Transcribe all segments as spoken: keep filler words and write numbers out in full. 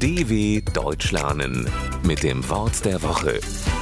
D W Deutsch lernen mit dem Wort der Woche.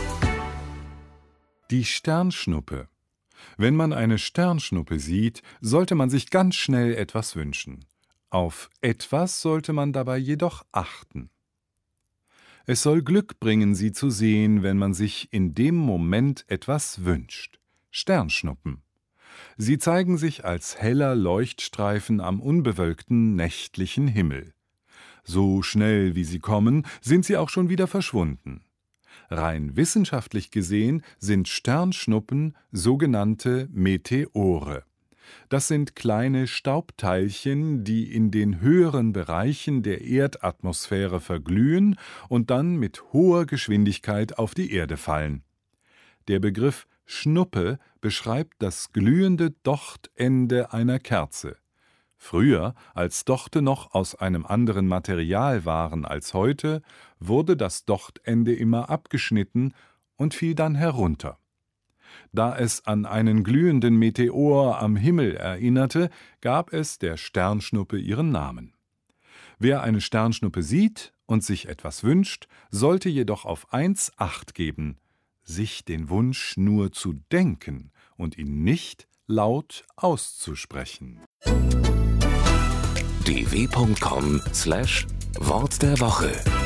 Die Sternschnuppe. Wenn man eine Sternschnuppe sieht, sollte man sich ganz schnell etwas wünschen. Auf etwas sollte man dabei jedoch achten. Es soll Glück bringen, sie zu sehen, wenn man sich in dem Moment etwas wünscht. Sternschnuppen. Sie zeigen sich als heller Leuchtstreifen am unbewölkten nächtlichen Himmel. So schnell wie sie kommen, sind sie auch schon wieder verschwunden. Rein wissenschaftlich gesehen sind Sternschnuppen sogenannte Meteore. Das sind kleine Staubteilchen, die in den höheren Bereichen der Erdatmosphäre verglühen und dann mit hoher Geschwindigkeit auf die Erde fallen. Der Begriff Schnuppe beschreibt das glühende Dochtende einer Kerze. Früher, als Dochte noch aus einem anderen Material waren als heute, wurde das Dochtende immer abgeschnitten und fiel dann herunter. Da es an einen glühenden Meteor am Himmel erinnerte, gab es der Sternschnuppe ihren Namen. Wer eine Sternschnuppe sieht und sich etwas wünscht, sollte jedoch auf eins Acht geben: sich den Wunsch nur zu denken und ihn nicht laut auszusprechen. d w punkt com slash Wort der Woche